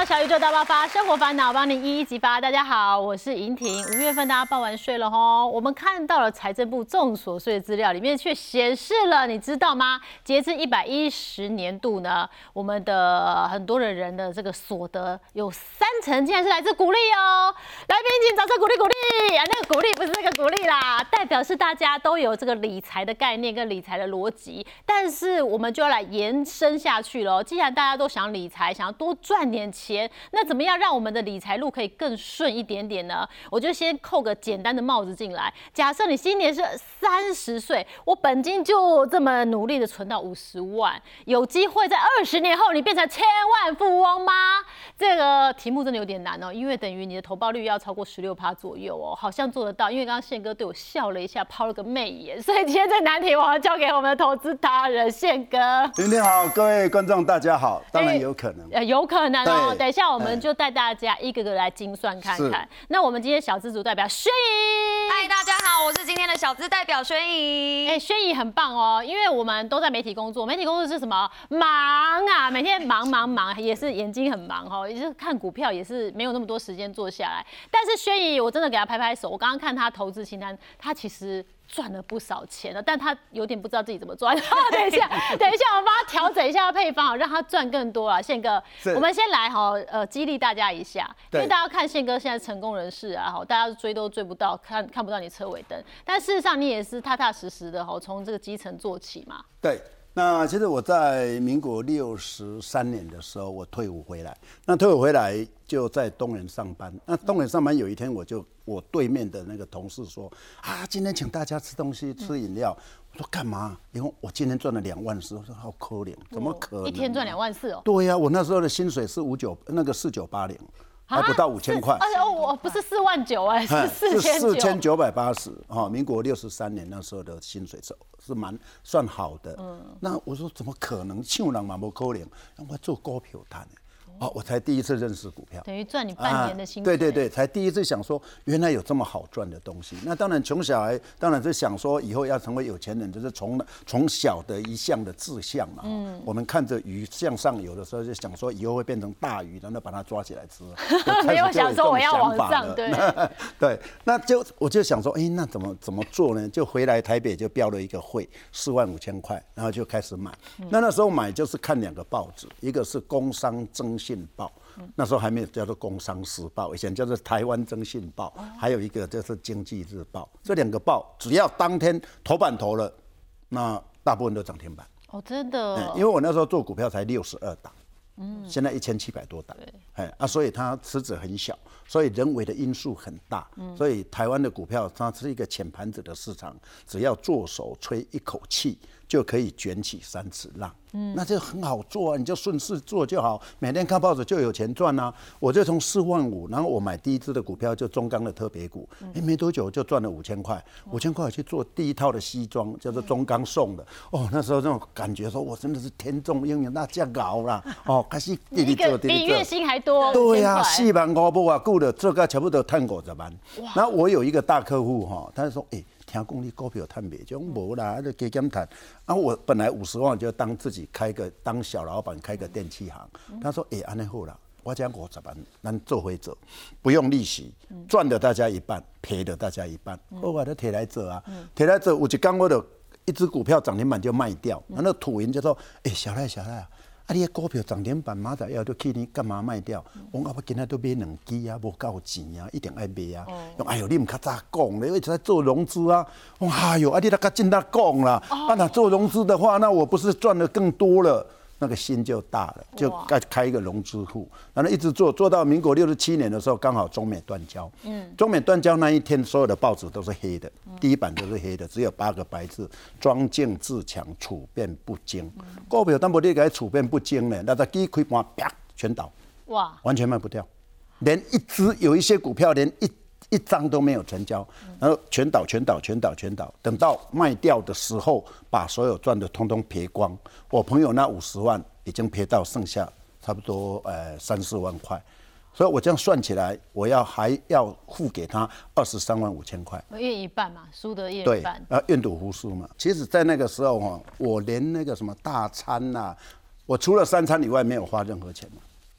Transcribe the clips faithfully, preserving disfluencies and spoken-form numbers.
小宇宙大爆发，生活烦恼帮你一一激发。大家好，我是莹婷。五月份大家报完税了吼，我们看到了财政部综所税资料里面却显示了，你知道吗？截至一百一十年度呢，我们的很多的人的这个所得有三成竟然是来自股利哦。来宾请掌声鼓励鼓励啊！那个鼓励不是那个鼓励啦，代表是大家都有这个理财的概念跟理财的逻辑，但是我们就要来延伸下去了。既然大家都想理财，想要多赚点钱。那怎么样让我们的理财路可以更顺一点点呢？我就先扣个简单的帽子进来。假设你今年是三十岁，我本金就这么努力的存到五十万，有机会在二十年后你变成千万富翁吗？这个题目真的有点难哦，因为等于你的投报率要超过十六趴左右哦，好像做得到。因为刚刚宪哥对我笑了一下，抛了个媚眼，所以今天这难题我要交给我们的投资达人宪哥。 今天好，各位观众大家好，当然有可能， 欸、有可能哦。等一下我们就带大家一个个来精算看看。那我们今天小资族代表宣仪， 嗨，大家好，我是今天的小资代表宣仪。 哎、欸，宣仪很棒哦，因为我们都在媒体工作，媒体工作是什么？忙啊，每天忙忙忙，也是眼睛很忙哦，也是看股票也是没有那么多时间坐下来。但是宣仪，我真的给他拍拍手，我刚刚看他投资清单，他其实赚了不少钱了，但他有点不知道自己怎么赚。等一下，等一下，我帮他调整一下配方，让他赚更多啊。宪哥，我们先来哈，呃，激励大家一下，因为大家看宪哥现在成功人士啊，哈，大家追都追不到，看看不到你车尾灯，但事实上你也是踏踏实实的哈，从这个基层做起嘛。 对。那其实我在民国六十三年的时候，我退伍回来。那退伍回来就在东元上班。那东元上班有一天，我就我对面的那个同事说：“啊，今天请大家吃东西、吃饮料。”我说：“干嘛？”因为我今天赚了两万四。我说：“好可怜，怎么可能、啊？ 一天赚两万四哦？” 对呀、啊，我那时候的薪水是五九那个四九八零。还不到五千块， 而且哦，我不是四万九哎，是四千九， 四千九百八十哈。民国六十三年那时候的薪水是是蛮算好的。嗯，那我说怎么可能？像人嘛不可能，我做股票谈的。哦，我才第一次认识股票， 等于赚你半年的薪水、 啊。对对对，才第一次想说，原来有这么好赚的东西。那当然，穷小孩当然是想说，以后要成为有钱人，就是从从小的一项的志向嘛。嗯，我们看着鱼向上游的时候，就想说以后会变成大鱼，然后把它抓起来吃。 没有想说我要往上，对对，那就我就想说，哎、欸，那怎么怎么做呢？就回来台北就标了一个会，四万五千块，然后就开始买。嗯、那那时候买就是看两个报纸，一个是《工商征信报》，那时候还没有叫做《工商时报》，以前叫做《台湾征信报》，还有一个就是《经济日报》。这两个报只要当天头版头了，那大部分都涨停板。 哦，真的、 嗯。因为我那时候做股票才六十二档，嗯，现在一千七百多档，哎啊，所以它池子很小，所以人为的因素很大，嗯、所以台湾的股票它是一个浅盘子的市场，只要做手吹一口气就可以卷起三尺浪。嗯，那就很好做啊，你就顺势做就好，每天看报纸就有钱赚啊。我就从四万五，然后我买第一支的股票就中钢的特别股，哎、嗯，没多久就赚了五千块，五千块去做第一套的西装，叫做中钢送的。哦，那时候那种感觉说，我真的是天纵英明，那这搞啦。哦，开始一个比月薪还多。 对呀、啊，四万五不啊，够了，这个差不多赚五十万。然后我有一个大客户哈，他就说，哎、欸。听讲你股票赚袂种无啦，就加减谈。啊，我本来五十万就当自己开个当小老板，开个电器行。他说：“哎、欸，安尼好啦，我讲五十万，咱做回做，不用利息，赚的大家一半，赔的大家一半。我把它摕来做啊，摕来做，有一天我就一只股票涨停板就卖掉，然后土银就说：哎、欸，小赖小赖啊。”啊！你的股票涨停板马仔要都去你干嘛卖掉？嗯、我讲我今仔都买两支啊，无够钱啊，一定爱卖啊。嗯、哎呦，你唔较早讲咧，我一直在做融资啊。我哎呦，啊你那较尽早讲啦。哦、啊，那做融资的话，那我不是赚的更多了？那个心就大了，就该开一个融资户，然后一直做，做到民国六十七年的时候，刚好中美断交。嗯，中美断交那一天，所有的报纸都是黑的，嗯、第一版都是黑的，只有八个白字：庄敬自强，处变不惊。嗯、股票当不你给处变不惊呢，那它一开盘啪全倒，哇，完全卖不掉，连一只有一些股票连一。一张都没有成交，然后全倒、全倒、全倒、全倒。等到卖掉的时候，把所有赚的通通赔光。我朋友那五十万已经赔到剩下差不多呃三四万块，所以我这样算起来，我要还要付给他二十三万五千块， 一人一半嘛，输的一人对一半。 啊，愿赌服输嘛。其实，在那个时候哈，我连那个什么大餐呐、啊，我除了三餐以外没有花任何钱嘛。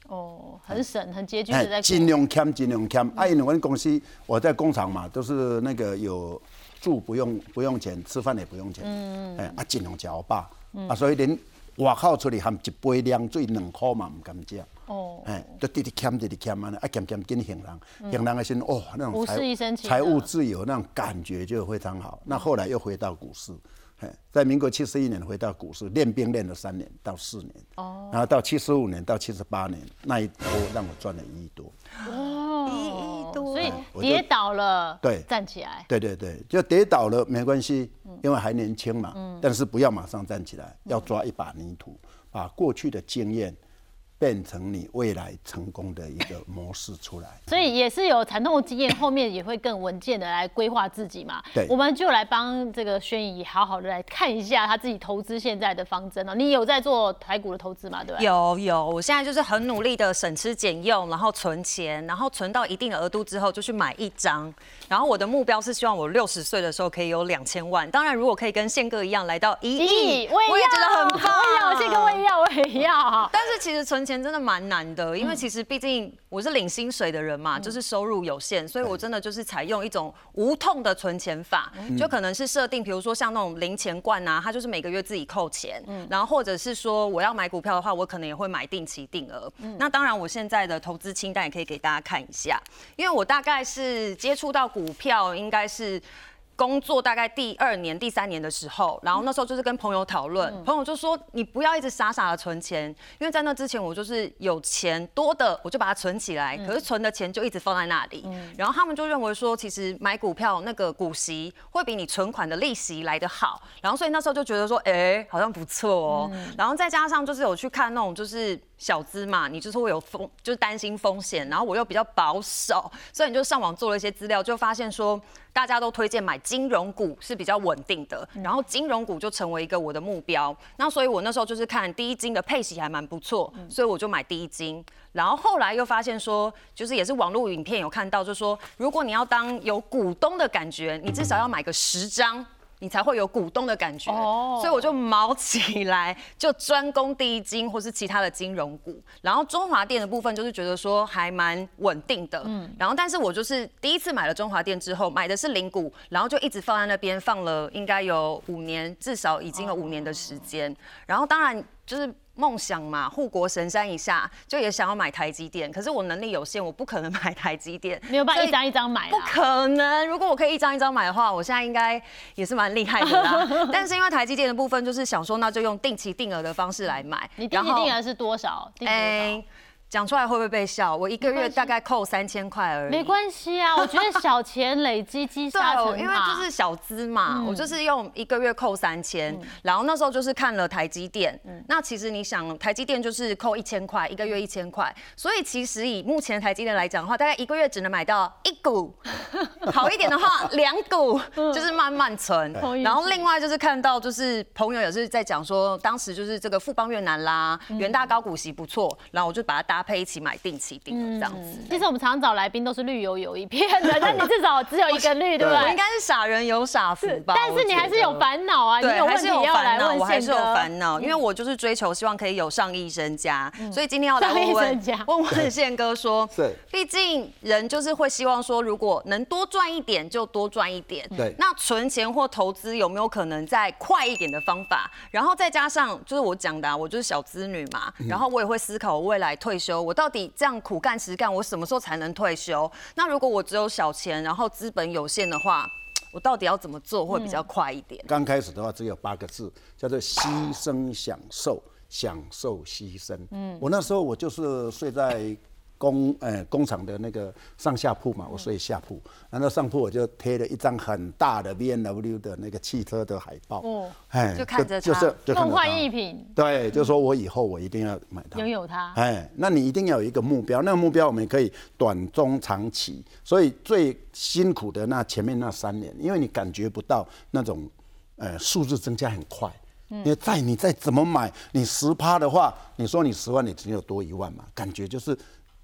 哦，很省，很拮据的在。 尽量欠，尽量欠。啊，因为我们公司我在工厂嘛，都是那个有住不用不用钱，吃饭也不用钱。嗯哎，啊，尽量吃饱。啊，所以连外口出去含一杯凉水两块嘛，唔敢食。哦。哎，就直直欠，直直欠啊，啊，欠欠紧行人，行人的心哦，那种财财务自由那种感觉就非常好。那后来又回到股市。在民国七十一年回到股市练兵练了三年到四年，哦，然后到七十五年到七十八年那一波让我赚了一亿多， 哦，一亿多，所以跌倒了，对，站起来， 对对对，就跌倒了没关系，因为还年轻嘛，嗯，但是不要马上站起来，要抓一把泥土，把过去的经验变成你未来成功的一个模式出来， 所以也是有惨痛的经验，后面也会更稳健的来规划自己嘛。 对， 我们就来帮这个轩怡好好的来看一下他自己投资现在的方针哦。你有在做台股的投资吗？对吧？ 有有，我现在就是很努力的省吃俭用，然后存钱，然后存到一定的额度之后就去买一张。然后我的目标是希望我六十岁的时候可以有两千万。当然，如果可以跟宪哥一样来到一亿，我也觉得很棒。 我也要，宪哥我也要，我也要。 但是其实存钱真的蛮难的，因为其实毕竟我是领薪水的人嘛，就是收入有限，所以我真的就是采用一种无痛的存钱法，就可能是设定，比如说像那种零钱罐啊，它就是每个月自己扣钱，然后或者是说我要买股票的话，我可能也会买定期定额。那当然，我现在的投资清单也可以给大家看一下，因为我大概是接触到股票应该是工作大概第二年、第三年的时候，然后那时候就是跟朋友讨论，嗯、朋友就说你不要一直傻傻的存钱，因为在那之前我就是有钱多的我就把它存起来，嗯、可是存的钱就一直放在那里。嗯、然后他们就认为说，其实买股票那个股息会比你存款的利息来得好，然后所以那时候就觉得说，哎、欸，好像不错哦。嗯、然后再加上就是有去看那种就是小资嘛，你就是会有风，就是担心风险，然后我又比较保守，所以你就上网做了一些资料，就发现说大家都推荐买金融股是比较稳定的，然后金融股就成为一个我的目标。那所以我那时候就是看第一金的配息还蛮不错，所以我就买第一金。然后后来又发现说，就是也是网络影片有看到，就是说如果你要当有股东的感觉，你至少要买个十张。你才会有股东的感觉， oh. 所以我就毛起来，就专攻第一金或是其他的金融股。然后中华电的部分就是觉得说还蛮稳定的，嗯，然后但是我就是第一次买了中华电之后，买的是零股，然后就一直放在那边放了应该有五年，至少已经有五年的时间。Oh. 然后当然就是梦想嘛，护国神山一下，就也想要买台积电，可是我能力有限，我不可能买台积电。 没有办法一张一张买， 不可能。如果我可以一张一张买的话，我现在应该也是蛮厉害的啦。但是因为台积电的部分，就是想说，那就用定期定额的方式来买。 你定期定额是多少？定哎。讲出来会不会被笑？我一个月大概扣三千块而已。 没关系啊，我觉得小钱累积积沙成塔。 因为就是小资嘛，嗯、我就是用一个月扣三千、嗯，然后那时候就是看了台积电。嗯、那其实你想，台积电就是扣一千块，一个月一千块，所以其实以目前台积电来讲的话，大概一个月只能买到一股，好一点的话两股，就是慢慢存。嗯、然后另外就是看到就是朋友也是在讲说，当时就是这个富邦越南啦、元大高股息不错，然后我就把它搭。搭配一起买定期定额这样子。 其实我们常常找来宾都是绿油油一片的，但你至少只有一个绿，对不对？ 我应该是傻人有傻福吧。 但是你还是有烦恼啊，你有问题要来问宪哥。 我还是有烦恼，因为我就是追求希望可以有上亿身家，所以今天要来问问问问宪哥说，毕竟人就是会希望说，如果能多赚一点就多赚一点。 对。 那存钱或投资有没有可能再快一点的方法？然后再加上就是我讲的，我就是小资女嘛，然后我也会思考我未来退休。我到底这样苦干实干，我什么时候才能退休？那如果我只有小钱，然后资本有限的话，我到底要怎么做会比较快一点？ 刚开始的话只有八个字，叫做牺牲享受，享受牺牲。嗯，我那时候我就是睡在工呃工厂的那个上下铺嘛，我睡下铺，然后上铺我就贴了一张很大的 B M W 的那个汽车的海报，哦， 哎，就看着它， 就是梦幻逸品， 对，就说我以后我一定要买它， 拥有它， 哎，那你一定要有一个目標，那个目標我们可以短中长期，所以最辛苦的那前面那三年，因为你感觉不到那种呃数字增加很快。因为再你再怎么买，你十趴的话，你说你十万，你只有多一万嘛，感觉就是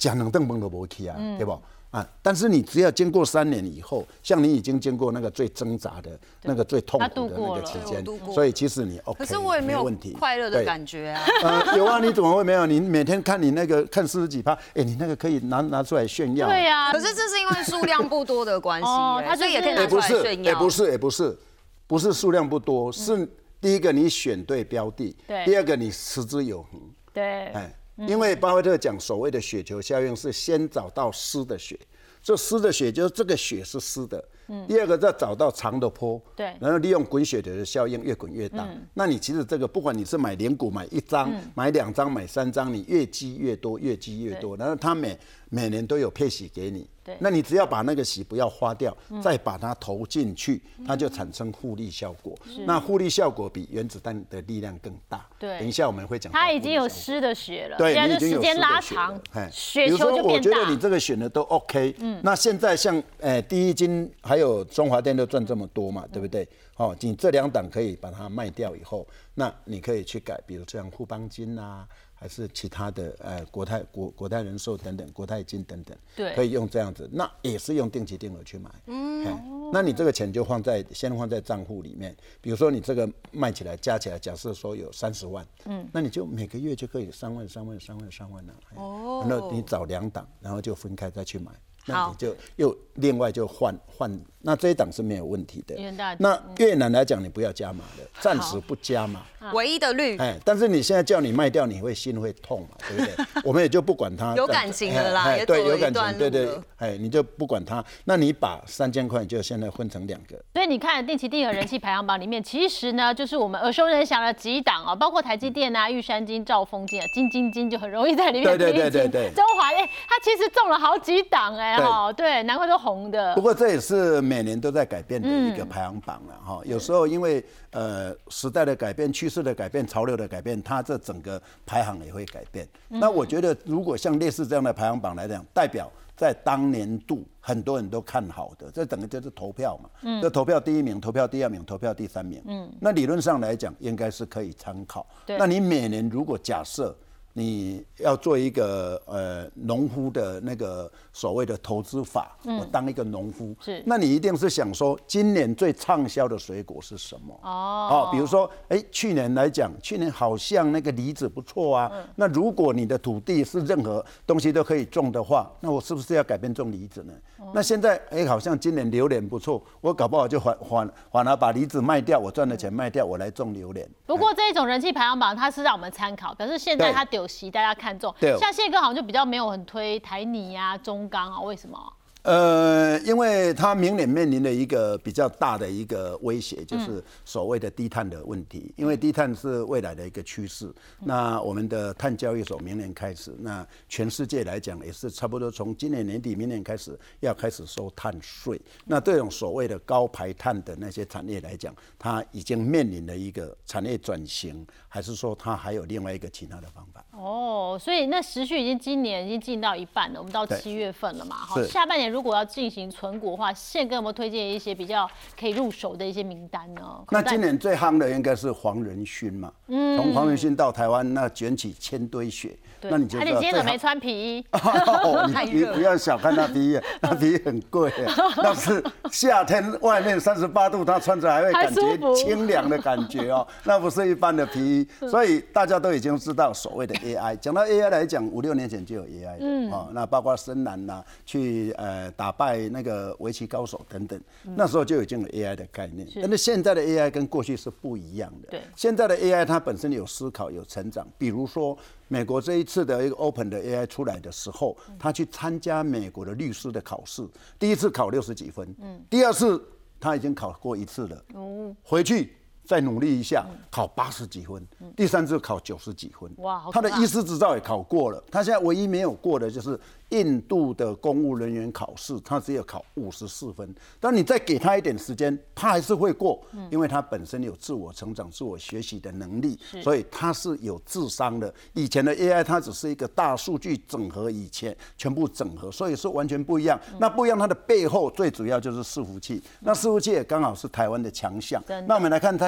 讲两顿饭都无去啊，嗯、对不？啊！但是你只要经过三年以后，像你已经经过那个最挣扎的、那个最痛苦的那个期间，所以其实你 OK， 可是我也没有问题， 快乐的感觉啊。 呃，有啊，你怎么会没有？你每天看你那个看四十几趴，哎，你那个可以拿拿出来炫耀。 对呀、 啊，可是这是因为数量不多的关系、欸，哦、所以也可以拿出来炫耀。 也不是，也不是，不是数量不多，是第一个你选对标的，第二个你持之有恒。 对， 哎。因为巴菲特讲所谓的雪球效应是先找到湿的雪，这湿的雪就是这个雪是湿的，嗯、第二个再找到长的坡， 对， 然后利用滚雪球的效应越滚越大。嗯、那你其实这个不管你是买零股买一张、嗯、买两张买三张，你越积越多，越积越多，然后它每每年都有配息给你。那你只要把那个息不要花掉，嗯、再把它投进去，它就产生复利效果。那复利效果比原子弹的力量更大。 对， 等一下我们会讲。 它已经有湿的雪了， 对， 现在就时间拉长，雪球就变大。 比如说，我觉得你这个选的都 OK。嗯。那现在像呃第一金还有中华电都赚这么多嘛，对不对？哦，你这两档可以把它卖掉以后，那你可以去改，比如像富邦金啊。还是其他的呃国泰国国泰人寿等等，国泰金等等， 对， 可以用这样子，那也是用定期定额去买，嗯，那你这个钱就放在先放在账户里面，比如说你这个卖起来加起来，假设说有三十万，嗯，那你就每个月就可以三万三万三万三万了，哦，然后你找两档，然后就分开再去买，那你就又另外就换换，那这一档是没有问题的，那越南来讲你不要加码的，暂时不加码。 唯一的绿， 哎，但是你现在叫你卖掉，你会心会痛嘛，对不对？我们也就不管它， 有感情的啦，也对，有感情，对对，哎，你就不管它，那你把三千块就现在分成两个。 所以你看定期定额人气排行榜里面，其实呢，就是我们耳熟能详的几档啊，包括台积电啊、玉山金、兆丰金啊、金金金就很容易在里面。 对对对对对。 中华哎，它其实中了好几档哎哈，对，难怪都红的。 不过这也是每年都在改变的一个排行榜了哈，有时候因为呃时代的改变、趋势的改变、潮流的改变，它这整个排行也会改变。嗯、那我觉得，如果像类似这样的排行榜来讲，代表在当年度很多人都看好的，这整个就是投票嘛。嗯。就投票第一名、投票第二名、投票第三名。嗯。那理论上来讲，应该是可以参考。对。那你每年如果假设你要做一个呃农夫的那个所谓的投资法，嗯、我当一个农夫，是，那你一定是想说，今年最畅销的水果是什么？哦，哦，比如说，哎、欸，去年来讲，去年好像那个梨子不错啊。嗯、那如果你的土地是任何东西都可以种的话，那我是不是要改变种梨子呢？哦、那现在，哎、欸，好像今年榴莲不错，我搞不好就反反反而把梨子卖掉，我赚的钱卖掉，我来种榴莲。 不过这种人气排行榜，它是让我们参考，表示现在它丢席大家看中。像谢哥好像就比较没有很推台泥啊、中钢啊，为什么？ 呃，因为它明年面临的一个比较大的一个威胁，就是所谓的低碳的问题。因为低碳是未来的一个趋势。那我们的碳交易所明年开始，那全世界来讲也是差不多从今年年底、明年开始要开始收碳税。那这种所谓的高排碳的那些产业来讲，它已经面临了一个产业转型，还是说它还有另外一个其他的方法？ 哦，所以那时序已经今年已经进到一半了，我们到七月份了嘛，好，下半年如果要进行存股的话，宪哥有没有推荐一些比较可以入手的一些名单呢？ 那今年最夯的应该是黄仁勋嘛，嗯，从黄仁勋到台湾，那卷起千堆雪，那你就知道。 你今天怎么没穿皮衣？ 你你不要小看那皮衣，那皮衣很贵，那是夏天外面三十八度，他穿着还会感觉清凉的感觉哦，那不是一般的皮衣，所以大家都已经知道所谓的 A I。讲到 A I 来讲，五六年前就有 A I 的，嗯，哦，那包括深蓝呐，去呃打败那个围棋高手等等，那时候就已经有 A I 的概念。但是现在的 A I 跟过去是不一样的。对，现在的 A I 它本身有思考、有成长。比如说，美国这一次的一个 Open 的 A I 出来的时候，他去参加美国的律师的考试，第一次考六十几分，嗯，第二次他已经考过一次了，嗯，回去再努力一下，考八十几分，第三次考九十几分。哇，他的医师执照也考过了，他现在唯一没有过的就是印度的公务人员考试，他只有考五十四分。但你再给他一点时间，他还是会过，因为他本身有自我成长、自我学习的能力，所以他是有智商的。以前的 A I 它只是一个大数据整合，以前全部整合，所以是完全不一样。那不一样，它的背后最主要就是伺服器。那伺服器也刚好是台湾的强项。那我们来看台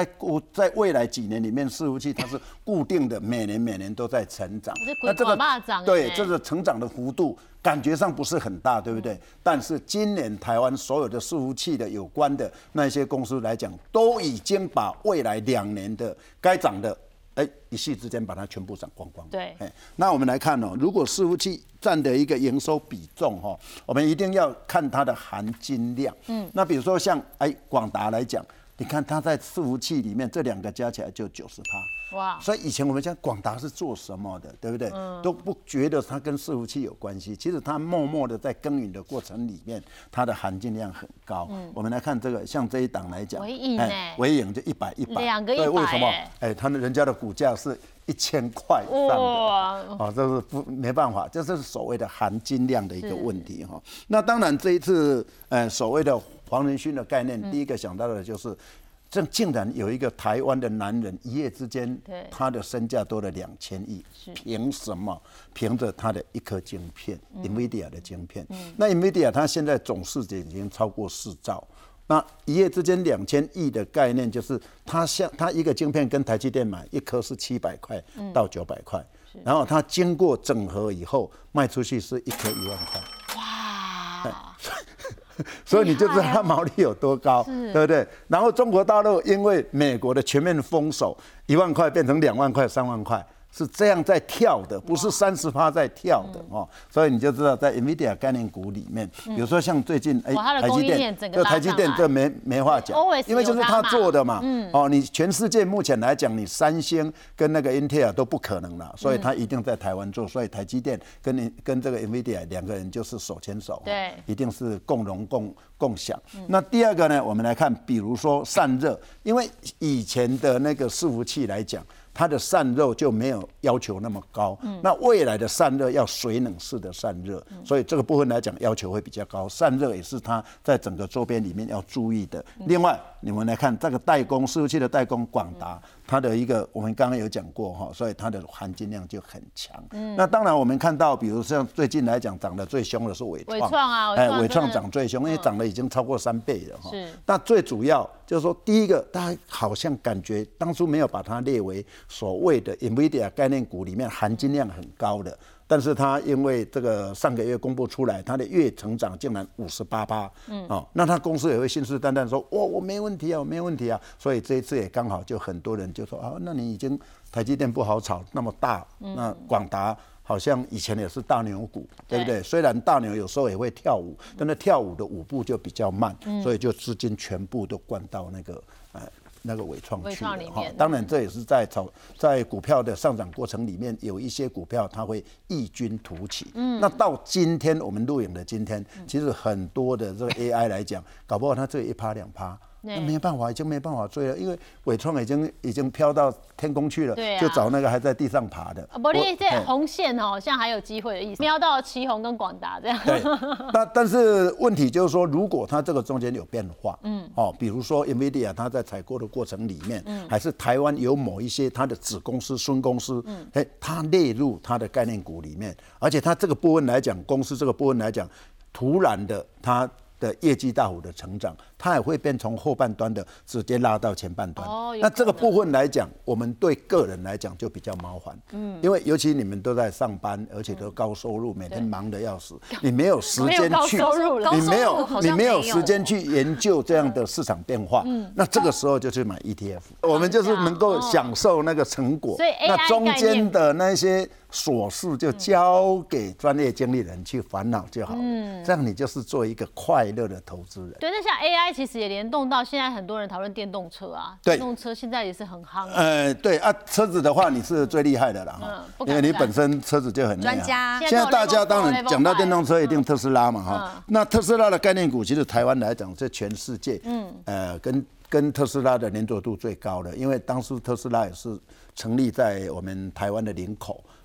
在在未来几年里面，伺服器它是固定的，每年每年都在成长。 那这个对这个成长的幅度感觉上不是很大，对不对？但是今年台湾所有的伺服器的有关的那些公司来讲，都已经把未来两年的该涨的。哎，一夕之间把它全部涨光光。 对， 哎，那我们来看哦，如果伺服器占的一个营收比重哈，我们一定要看它的含金量。嗯，那比如说像哎广达来讲，你看它在伺服器里面这两个加起来就九十趴。哇！所以以前我们讲广达是做什么的，对不对？嗯、都不觉得它跟伺服器有关系。其实它默默的在耕耘的过程里面，它的含金量很高。嗯、我们来看这个，像这一档来讲， 微影哎， 微影就一百一百， 两个一百， 为什么？哎，他们人家的股价是一千块以上的，哦，这是不没办法，这是所谓的含金量的一个问题哈。那当然这一次，呃，所谓的黄仁勋的概念，嗯、第一个想到的就是。这竟然有一个台湾的男人一夜之间，他的身价多了两千亿，凭什么？凭着他的一颗晶片 ，NVIDIA 的晶片。嗯、那 NVIDIA 它现在总市值已经超过四兆，那一夜之间两千亿的概念就是它像它一个晶片跟台积电买一颗是七百块到九百块，然后它经过整合以后卖出去是一颗一万块。哇！所以你就知道它毛利有多高，对不对？然后中国大陆因为美国的全面封锁，一万块变成两万块、三万块，是这样在跳的，不是三十趴在跳的哦。所以你就知道，在 NVIDIA 概念股里面，比如说像最近哎，台积电，这台积电这没没话讲，因为就是他做的嘛。哦，你全世界目前来讲，你三星跟那个 Intel 都不可能了，所以他一定在台湾做。所以台积电跟跟这个 NVIDIA 两个人就是手牵手，对，一定是共荣共共享。那第二个呢，我们来看，比如说散热，因为以前的那个伺服器来讲。它的散热就没有要求那么高，嗯、那未来的散热要水冷式的散热，嗯、所以这个部分来讲要求会比较高。散热也是它在整个周边里面要注意的。嗯、另外，你们来看这个代工伺服器的代工广达，它的一个我们刚刚有讲过哈，所以它的含金量就很强。嗯、那当然我们看到，比如像最近来讲涨得最凶的是伟创， 伟创啊， 哎，伟创涨最凶，因为涨得已经超过三倍了哈。是。那最主要就是说，第一个大家好像感觉当初没有把它列为所谓的 NVIDIA 概念股里面含金量很高的，但是它因为这个上个月公布出来，它的月成长竟然五十八趴，嗯，哦，那它公司也会信誓旦旦说，哇，我没问题啊，我没问题啊，所以这一次也刚好就很多人就说啊，那你已经台积电不好炒那么大，那广达好像以前也是大牛股，对不对？虽然大牛有时候也会跳舞，但是跳舞的舞步就比较慢，所以就资金全部都灌到那个呃。那个伟创去了哈，当然这也是在炒在股票的上涨过程里面，有一些股票它会异军突起。嗯，那到今天我们录影的今天，其实很多的这个 A I 来讲，搞不好它只有一趴两趴。那没办法，已经没办法追了，因为伟创已经已经飘到天空去了，啊、就找那个还在地上爬的。 啊，不，你这红线好像还有机会的意思，瞄到旗宏跟广达这样。 对，那但是问题就是说，如果它这个中间有变化，嗯，哦，比如说 NVIDIA 它在采购的过程里面，嗯，还是台湾有某一些它的子公司、孙公司，嗯，哎，它列入它的概念股里面，而且它这个部分来讲，公司这个部分来讲，突然的它。的业绩大幅的成长，它也会变从后半端的直接拉到前半端。哦，那这个部分来讲，我们对个人来讲就比较麻烦。嗯，因为尤其你们都在上班，而且都高收入，每天忙得要死，你没有时间去，你没有你没有时间去研究这样的市场变化。嗯，那这个时候就去买 E T F， 我们就是能够享受那个成果。所以那中间的那些琐事就交给专业经理人去烦恼就好了。嗯，这样你就是做一个快乐的投资人。 对，那像 A I 其实也联动到现在很多人讨论电动车啊，电动车现在也是很夯。 呃，对啊，车子的话你是最厉害的啦哈，嗯、因为你本身车子就很专家。 现在大家当然讲到电动车，一定特斯拉嘛哈。嗯、那特斯拉的概念股，其实台湾来讲，在全世界，嗯，呃，跟跟特斯拉的粘着度最高的，因为当时特斯拉也是成立在我们台湾的林口。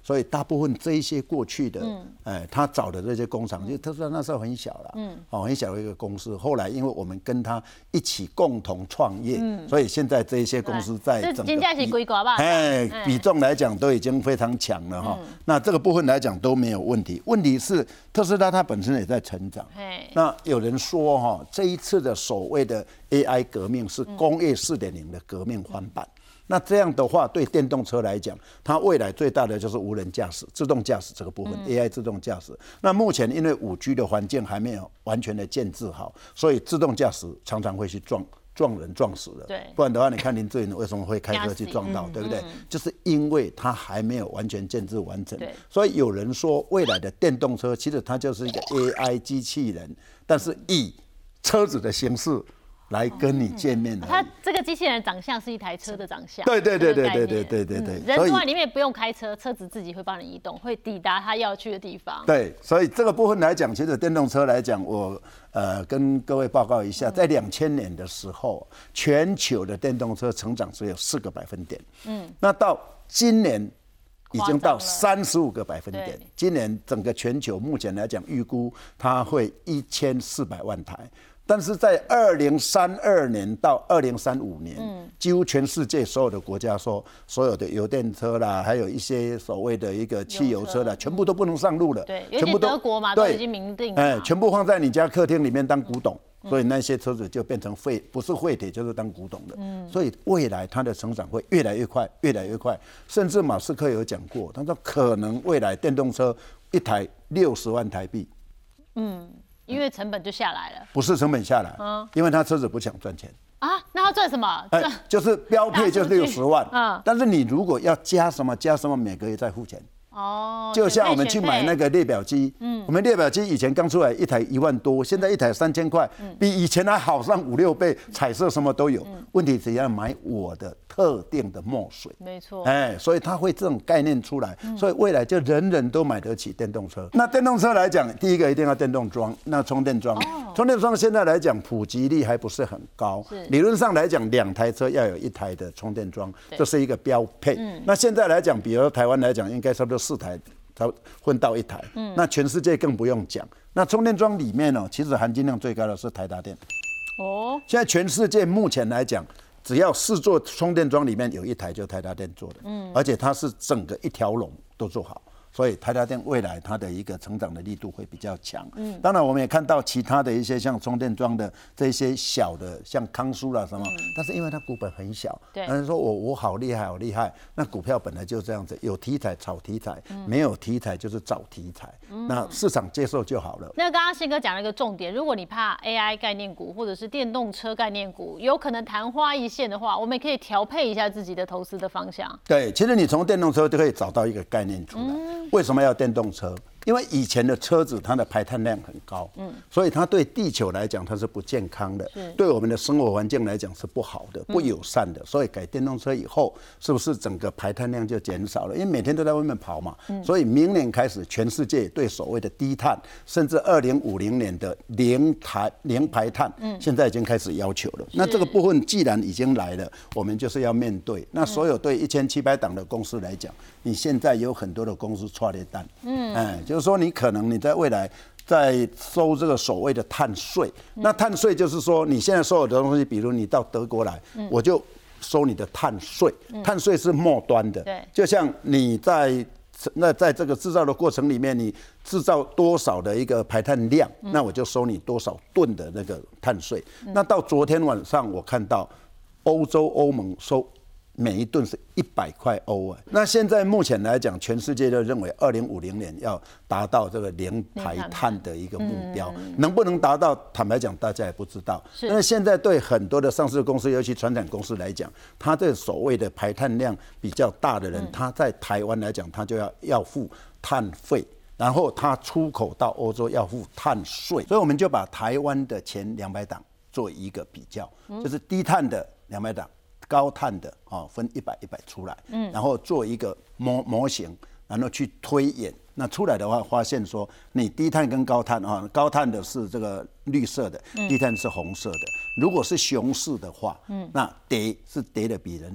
所以大部分这一些过去的，嗯，哎，他找的这些工厂，就特斯拉那时候很小了，嗯，哦，很小的一个公司。后来因为我们跟他一起共同创业，嗯，所以现在这一些公司在整个比，哎，比重来讲都已经非常强了哈。那这个部分来讲都没有问题。问题是特斯拉它本身也在成长。那有人说哈，这一次的所谓的 A I 革命是工业四点零的革命翻版。那这样的话，对电动车来讲，它未来最大的就是无人驾驶、自动驾驶这个部分、嗯、A I 自动驾驶。那目前因为五 G 的环境还没有完全的建制好，所以自动驾驶常常会去撞撞人、撞死了。 对， 不然的话，你看林志颖为什么会开车去撞到，对不对？嗯、就是因为它还没有完全建制完成。所以有人说，未来的电动车其实它就是一个 A I 机器人，但是以车子的形式来跟你见面而已。 它这个机器人长相是一台车的长相。 对对对对对对对对对。 人坐在里面不用开车，车子自己会帮你移动，会抵达它要去的地方。 对，所以这个部分来讲，其实电动车来讲，我呃跟各位报告一下，在两千年的时候，全球的电动车成长只有四个百分点。嗯。那到今年已经到三十五个百分点。今年整个全球目前来讲，预估它会一千四百万台。但是在二零三二年到二零三五年，嗯，几乎全世界所有的国家说，所有的油电车啦，还有一些所谓的一个汽油车啦，全部都不能上路了。 对，全部德国嘛，都已经明定了。哎， 全部放在你家客厅里面当古董，嗯、所以那些车子就变成废，不是废铁就是当古董的。嗯，所以未来它的成长会越来越快，越来越快。甚至马斯克有讲过，他说可能未来电动车一台六十万台币。嗯。 因为成本就下来了， 不是成本下来，嗯，因为他车子不想赚钱啊，那他赚什么？ 哎，就是标配就六十万，嗯，但是你如果要加什么加什么，每个月再付钱。哦，就像我们去买那个列表机，嗯，我们列表机以前刚出来一台一万多，现在一台三千块，比以前还好上五六倍，彩色什么都有。问题只要买我的特定的墨水， 没错， 哎，所以它会这种概念出来，所以未来就人人都买得起电动车。那电动车来讲，第一个一定要电动桩，那充电桩，充电桩现在来讲普及率还不是很高，理论上来讲，两台车要有一台的充电桩，这是一个标配。那现在来讲，比如台湾来讲，应该差不多四台才混到一台，嗯，那全世界更不用讲。那充电桩里面呢，其实含金量最高的是台达电。哦，现在全世界目前来讲，只要四座充电桩里面有一台就台达电做的，嗯，而且它是整个一条龙都做好。所以台达电未来它的一个成长的力度会比较强。嗯，当然我们也看到其他的一些像充电桩的这些小的，像康舒啦什么，嗯、但是因为它股本很小，对，有人说我我好厉害好厉害，那股票本来就这样子，有题材炒题材，嗯、没有题材就是找题材，嗯、那市场接受就好了。 那刚刚宪哥讲了一个重点，如果你怕 A I 概念股或者是电动车概念股有可能昙花一现的话，我们也可以调配一下自己的投资的方向。 对，其实你从电动车就可以找到一个概念出来。嗯，为什么要电动车？因为以前的车子它的排碳量很高，嗯，所以它对地球来讲它是不健康的，对我们的生活环境来讲是不好的、不友善的。所以改电动车以后，是不是整个排碳量就减少了？因为每天都在外面跑嘛，嗯、所以明年开始，全世界对所谓的低碳，甚至二零五零年的零排零排碳，嗯，现在已经开始要求了。那这个部分既然已经来了，我们就是要面对。那所有对一千七百档的公司来讲，你现在有很多的公司错裂单，嗯，哎。就是说，你可能你在未来在收这个所谓的碳税，那碳税就是说，你现在所有的东西，比如你到德国来，我就收你的碳税，碳税是末端的，就像你在那在这个制造的过程里面，你制造多少的一个排碳量，那我就收你多少吨的那个碳税。那到昨天晚上，我看到欧洲欧盟收。每一吨是一百块欧啊！那现在目前来讲，全世界都认为二零五零年要达到这个零排碳的一个目标，嗯、能不能达到？坦白讲，大家也不知道。但是现在对很多的上市公司，尤其传统公司来讲，它这所谓的排碳量比较大的人，嗯、他在台湾来讲，他就要要付碳费，然后他出口到欧洲要付碳税，所以我们就把台湾的前两百档做一个比较，嗯、就是低碳的两百档。高碳的啊，分一百一百出来，嗯，然后做一个模模型，然后去推演。那出来的话，发现说你低碳跟高碳啊，高碳的是这个绿色的，低碳是红色的。如果是熊市的话，嗯，那跌是跌的比人少。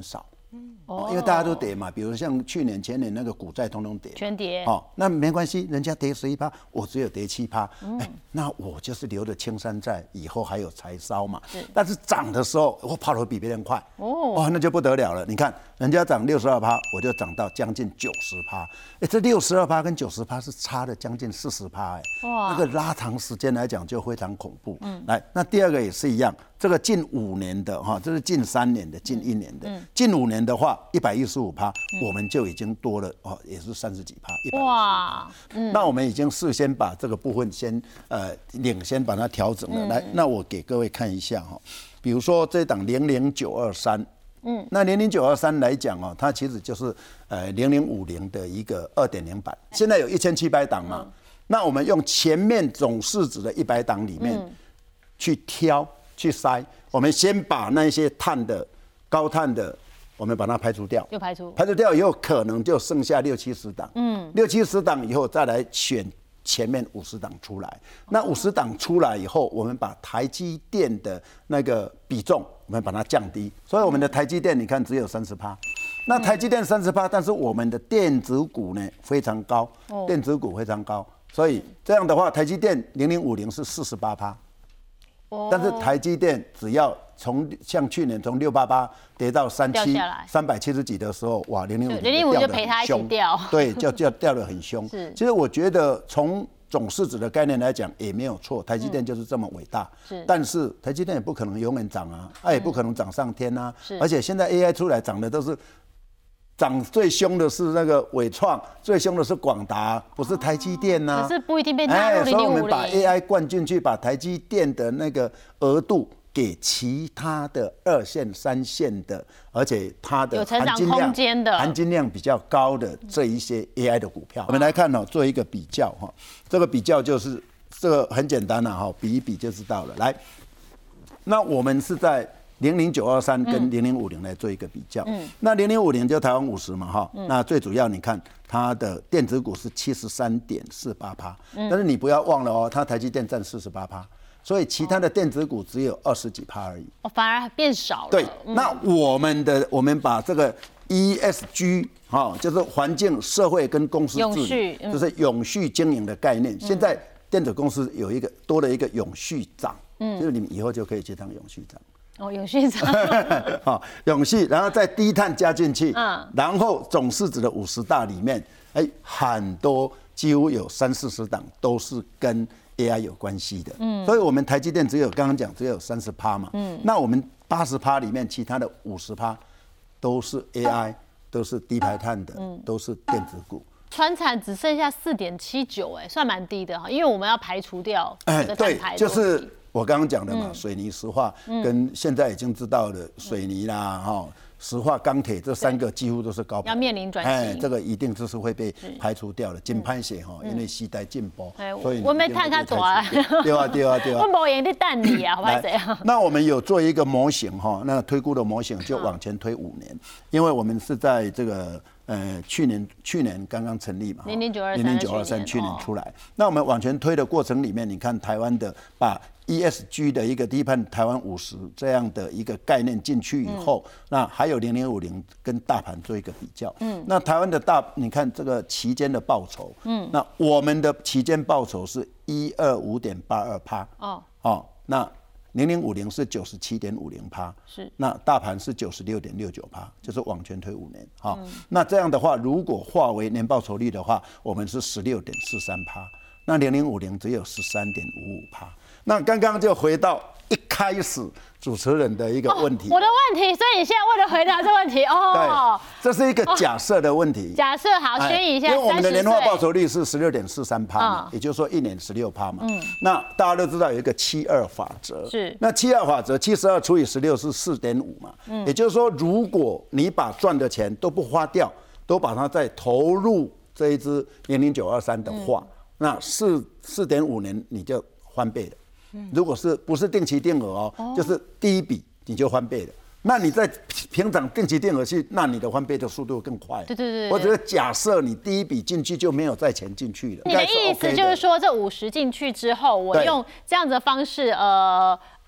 哦，因为大家都跌嘛，比如像去年、前年那个股债通通跌， 全跌。 哦，那没关系，人家跌十一趴，我只有跌七趴，哎，那我就是留着青山在，以后还有柴烧嘛。但是涨的时候，我跑得比别人快，哦，哇，那就不得了了。你看人家涨六十二趴，我就涨到将近九十趴，哎，这六十二趴跟九十趴是差了将近四十趴，哎，哇，那个拉长时间来讲就非常恐怖。嗯，来，那第二个也是一样。这个近五年的哈，这是近三年的、近一年的。嗯、近五年的话，一百一十五趴，我们就已经多了哦，也是三十几趴。哇，嗯、那我们已经事先把这个部分先呃领先把它调整了。嗯、来，那我给各位看一下哈，比如说这档零零九二三，嗯，那零零九二三来讲哦，它其实就是呃零零五零的一个二点零版，现在有一千七百档嘛，嗯、那我们用前面总市值的一百档里面去挑。去筛，我们先把那些碳的、高碳的，我们把它排除掉， 就排除， 排除掉以后，可能就剩下六七十档，嗯，六七十档以后再来选前面五十档出来。那五十档出来以后，我们把台积电的那个比重，我们把它降低，所以我们的台积电你看只有三十趴。那台积电三十趴，但是我们的电子股呢非常高，电子股非常高，所以这样的话，台积电零零五零是四十八趴。但是台积电只要从像去年从六八八跌到三七三百七十几的时候，哇，零零五零零五就陪它一起掉，对，就就掉得很凶。其实我觉得从总市值的概念来讲也没有错，台积电就是这么伟大。是，但是台积电也不可能永远涨啊，它也不可能涨上天啊。而且现在 A I 出来涨的都是。涨最凶的是那个伟创，最凶的是广达，不是台积电呐、啊。可是不一定被纳入零零五零。所以我们把 A I 灌进去，把台积电的那个额度给其他的二线、三线的，而且它的含金量的含金量比较高的这一些 A I 的股票，我们来看哦，做一个比较哈。这个比较就是这个很简单了哈，比一比就知道了。来，那我们是在。零零九二三跟零零五零来做一个比较，嗯、那零零五零就台湾五十嘛哈，嗯、那最主要你看它的电子股是七十三点四八趴，但是你不要忘了哦，它台积电占四十八趴，所以其他的电子股只有二十几趴而已，哦，反而变少了。对，嗯、那我们的我们把这个 E S G 哈，就是环境、社会跟公司治理，嗯、就是永续经营的概念。嗯、现在电子公司有一个多了一个永续长，嗯、就是你们以后就可以去当永续长。哦，永续长，好，永续，然后再低碳加进去，嗯，然后总市值的五十大里面，哎，很多几乎有三四十档都是跟 A I 有关系的，嗯，所以我们台积电只有刚刚讲只有三十趴嘛，嗯，那我们八十趴里面其他的五十趴都是 A I， 都是低排碳的，嗯，都是电子股。传产只剩下四点七九，哎，算蛮低的哈，因为我们要排除掉这个碳排，就是。我刚刚讲的嘛，水泥、石化跟现在已经知道的水泥啦、哈石化、钢铁这三个几乎都是高，要面临转型，哎，这个一定就是会被排除掉的。金拍血哈，因为时代进步，所以我们看看多啊，对啊对啊对啊，我没用在蛋里啊，好不好？那我们有做一个模型哈，那推估的模型就往前推五年，因为我们是在这个。呃，去年去年刚刚成立嘛，零零九二三零零九二三去年出来。哦、那我们往前推的过程里面，你看台湾的把 E S G 的一个低碳台湾五十这样的一个概念进去以后，嗯、那还有零零五零跟大盘做一个比较。嗯，那台湾的大，你看这个期间的报酬，嗯，那我们的期间报酬是一二五点八二趴。哦，哦，那。零零五零是九十七点五零趴，是那大盘是九十六点六九趴，就是往前推五年哈。嗯、那这样的话，如果化为年报酬率的话，我们是十六点四三趴，那零零五零只有十三点五五趴。那刚刚就回到一开始主持人的一个问题，哦、我的问题，所以你现在为了回答这个问题，哦，对，这是一个假设的问题。哦、假设好，宣一下，因为我们的年化报酬率是十六点四三趴嘛，嗯、也就是说一年十六趴嘛。嗯，那大家都知道有一个七二法则，是那七二法则，七十二除以十六是四点五嘛。嗯，也就是说，如果你把赚的钱都不花掉，都把它再投入这一支零零九二三的话，嗯、那四四点五年你就翻倍了。如果是不是定期定额哦，哦就是第一笔你就翻倍了。那你在平常定期定额去，那你的翻倍的速度更快。对对 对, 对。我只是假设你第一笔进去就没有再钱进去了。你的意思就是说，这五十进去之后，我用这样子的方式，呃。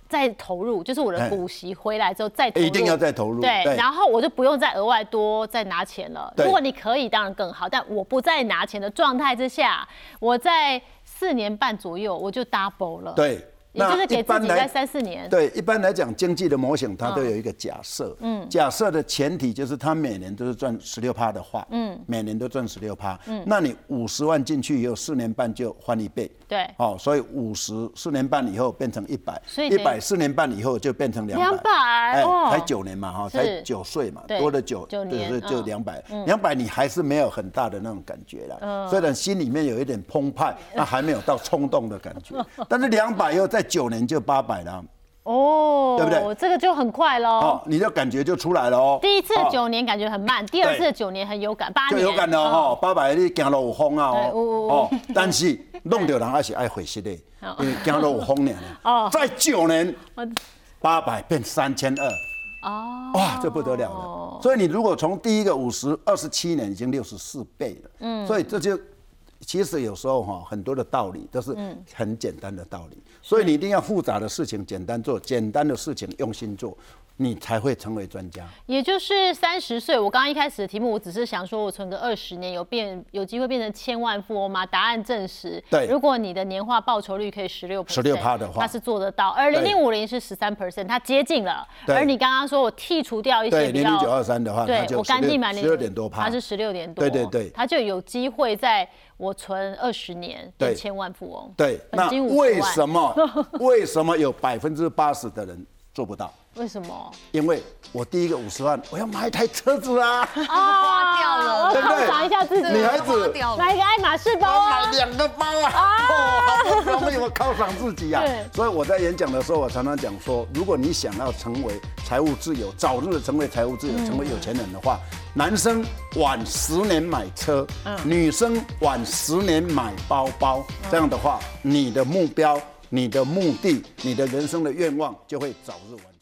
再投入，就是我的股息回来之后再投入， 一定要再投入。 对，然后我就不用再额外多再拿钱了。 对如果你可以，当然更好，但我不再拿钱的状态之下，我在四年半左右我就 double 了。 对。 也就是给自己在三四年。 对，一般来讲，经济的模型它都有一个假设。嗯。假设的前提就是它每年都是赚十六趴的话，嗯，每年都赚十六趴。嗯。那你五十万进去以后，四年半就翻一倍。 对。 哦，所以五十四年半以后变成一百，一百四年半以后就变成两百。 两百。哎， 才九年嘛，哈，才九岁嘛，多了九九年就两百。两百你还是没有很大的那种感觉了，虽然心里面有一点澎湃，那还没有到冲动的感觉。但是两百以后再九年就八百了。 哦， 对不对？ 这个就很快喽。 哦，你的感觉就出来了哦。 第一次九年感觉很慢，第二次九年很有感，八年就有感了哦。八百你行路有风啊哦。哦，但是弄到人还是爱回息的，因为行路有风呢。哦。再九年，八百变三千二。哦。哇，这不得了了。所以你如果从第一个五十二十七年，已经六十四倍了。嗯。所以这就。其实有时候哈，很多的道理都是很简单的道理，所以你一定要复杂的事情简单做，简单的事情用心做，你才会成为专家。 也就是三十岁，我刚刚一开始的题目，我只是想说，我存个二十年，有变有机会变成千万富翁吗？答案证实， 对， 如果你的年化报酬率可以十六十六趴的话， 它是做得到。而零零五零是十三 percent， 它接近了。而你刚刚说我剔除掉一些比较， 零零九二三的话， 对我干净满零十六点多趴， 它是十六点多， 对对对， 它就有机会在。我存二十年变千万富翁， 对，那为什么为什么有百分之八十的人做不到？ 为什么？ 因为我第一个五十万，我要买一台车子啊！ 啊，花掉了，对不对？犒赏一下自己， 女孩子买一个爱马仕包啊， 买两个包啊！哦，好不容易我犒赏自己啊！所以我在演讲的时候，我常常讲说，如果你想要成为财务自由，早日成为财务自由，成为有钱人的话，男生晚十年买车，女生晚十年买包包，这样的话，你的目标、你的目的、你的人生的愿望就会早日完成。